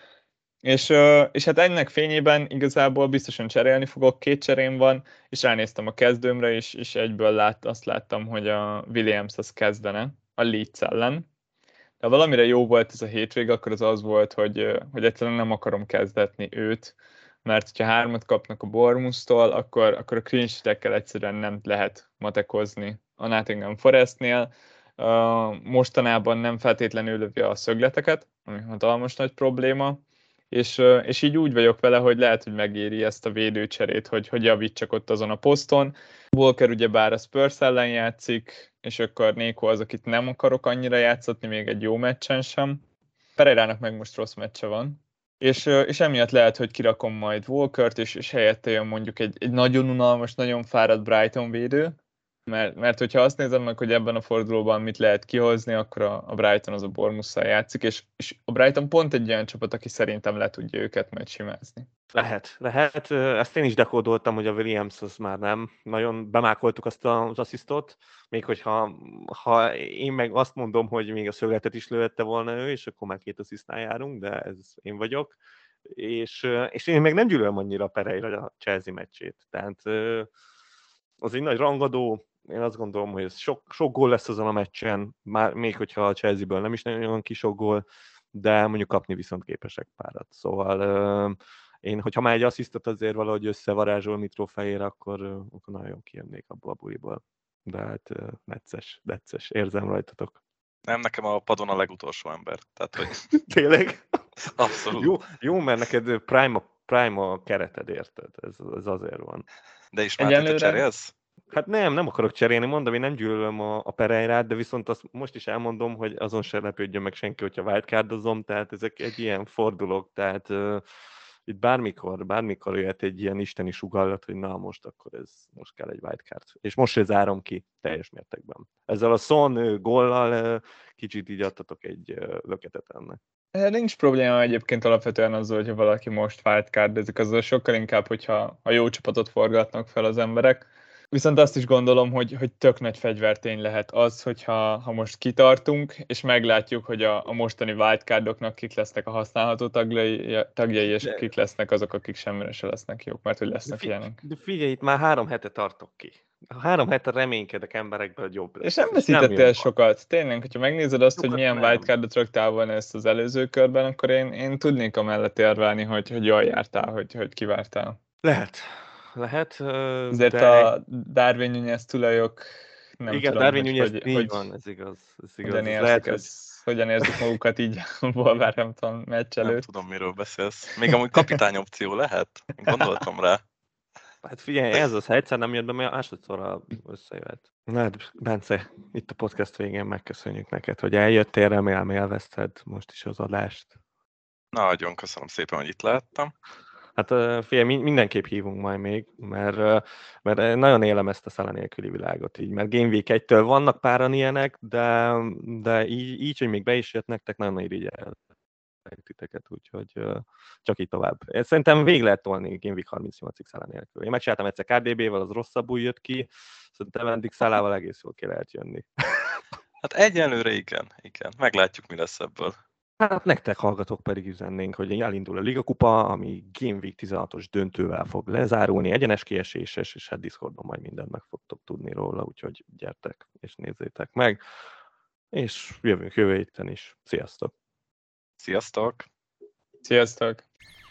És hát ennek fényében igazából biztosan cserélni fogok, 2 cserém van, és ránéztem a kezdőmre, és egyből azt láttam, hogy a Williams az kezdene a Leeds ellen. De ha valamire jó volt ez a hétvége, akkor az volt, hogy egyszerűen nem akarom kezdetni őt, mert hogyha 3 kapnak a Bournemouth-tól, akkor a clean sheet-ekkel egyszerűen nem lehet matekozni a Nottingham Forestnél. Mostanában nem feltétlenül lövi a szögleteket, ami hatalmas nagy probléma, és így úgy vagyok vele, hogy lehet, hogy megéri ezt a védőcserét, hogy javítsak ott azon a poszton. Walker ugyebár a Spurs ellen játszik, és akkor Néko az, akit nem akarok annyira játszatni, még egy jó meccsen sem. Pereirának meg most rossz meccse van. És emiatt lehet, hogy kirakom majd Walkert, és helyette jön mondjuk egy nagyon unalmas, nagyon fáradt Brighton védő, mert hogyha azt nézem meg, hogy ebben a fordulóban mit lehet kihozni, akkor a Brighton az a Bournemouth-szal játszik, és a Brighton pont egy olyan csapat, aki szerintem le tudja őket majd simázni. Lehet. Ezt én is dekódoltam, hogy a Williams az már nem. Nagyon bemákoltuk azt az asszisztot, még hogyha én meg azt mondom, hogy még a szögletet is lőhette volna ő, és akkor már 2 asszisztnál járunk, de ez én vagyok. És én meg nem gyűlölöm annyira Pereira a Chelsea meccsét. Tehát az egy nagy rangadó, én azt gondolom, hogy ez sok gól lesz azon a meccsen, már még hogyha a Chelsea-ből nem is nagyon ki sok gól, de mondjuk kapni viszont képesek párat. Szóval én, hogyha már egy asszisztot azért valahogy összevarázsol Mitrofejére, akkor nagyon kijönnék abból a buliból. De hát necces, érzem rajtatok. Nem, nekem a padon a legutolsó ember. Tehát, hogy... Tényleg? Abszolút. Jó, mert neked prime a kereted, érted? Ez azért van. De ismerted, te cserélsz? Hát nem akarok cserélni, mondom, én nem gyűlölöm a Pereirát, de viszont azt most is elmondom, hogy azon se lepődjön meg senki, hogyha wildcardozom, tehát ezek egy ilyen fordulók, tehát itt bármikor jöhet egy ilyen isteni sugallat, hogy na most kell egy wildcard. És most se zárom ki teljes mértékben. Ezzel a Son góllal kicsit így adtatok egy löketet ennek. Nincs probléma egyébként alapvetően azzal, hogyha valaki most wildcardozik, azzal sokkal inkább, hogyha jó csapatot forgatnak fel az emberek. Viszont azt is gondolom, hogy tök nagy fegyvertény lehet az, hogyha most kitartunk, és meglátjuk, hogy a mostani wildcardoknak kik lesznek a használható tagjai, és kik lesznek azok, akik semmire se lesznek jók, mert hogy lesznek ilyenek. De figyelj, itt már 3 hete tartok ki. 3 hete reménykedek emberekből, hogy jobb lesz. És nem veszítettél sokat. Tényleg, hogyha megnézed azt, hogy milyen wildcardot raktál volna ezt az előző körben, akkor én tudnék amellett érvelni, hogy jól jártál, hogy kivártál. Lehet. Azért a Darwin Núñez tulajok nem igen, tudom, Darwin Núñez így van, ez igaz. Hogyan érzik magukat így a Wolverhampton meccs előtt? Nem tudom, miről beszélsz. Még amúgy kapitány opció lehet? Gondoltam rá. Hát figyelj, ez az, ha egyszer nem jött be, mert másodszorra összejöhet. Na hát, Bence, itt a podcast végén megköszönjük neked, hogy eljöttél, remélem élvezted most is az adást. Nagyon köszönöm szépen, hogy itt lehettem. Hát figyelj, mindenképp hívunk majd még, mert nagyon élem ezt a szala nélküli világot így, mert Game Week 1-től vannak páran ilyenek, de így, hogy még be is jött nektek, nagyon irigyel titeket, úgyhogy csak így tovább. Szerintem végig lehet tolni Game Week 38-ig szála nélkül. Én megcsináltam egyszer KDB-vel, az rosszabbul jött ki, szerintem eddig szálával egész jól ki lehet jönni. Hát egyenlőre igen. Meglátjuk, mi lesz ebből. Hát nektek hallgatók pedig üzennénk, hogy elindul a Liga Kupa, ami Game Week 16-os döntővel fog lezárulni, egyenes kieséses, és hát Discordon majd mindent meg fogtok tudni róla, úgyhogy gyertek és nézzétek meg, és jövünk jövő héten is. Sziasztok! Sziasztok! Sziasztok!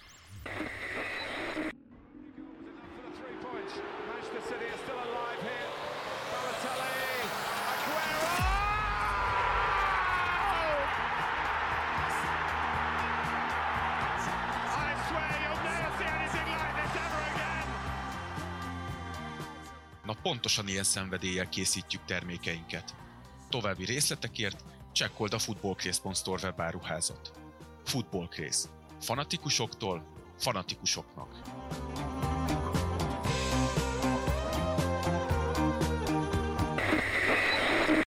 Na pontosan ilyen szenvedéllyel készítjük termékeinket. További részletekért csekkold a footballcraze.store webáruházat. Footballcraze. Fanatikusoktól fanatikusoknak.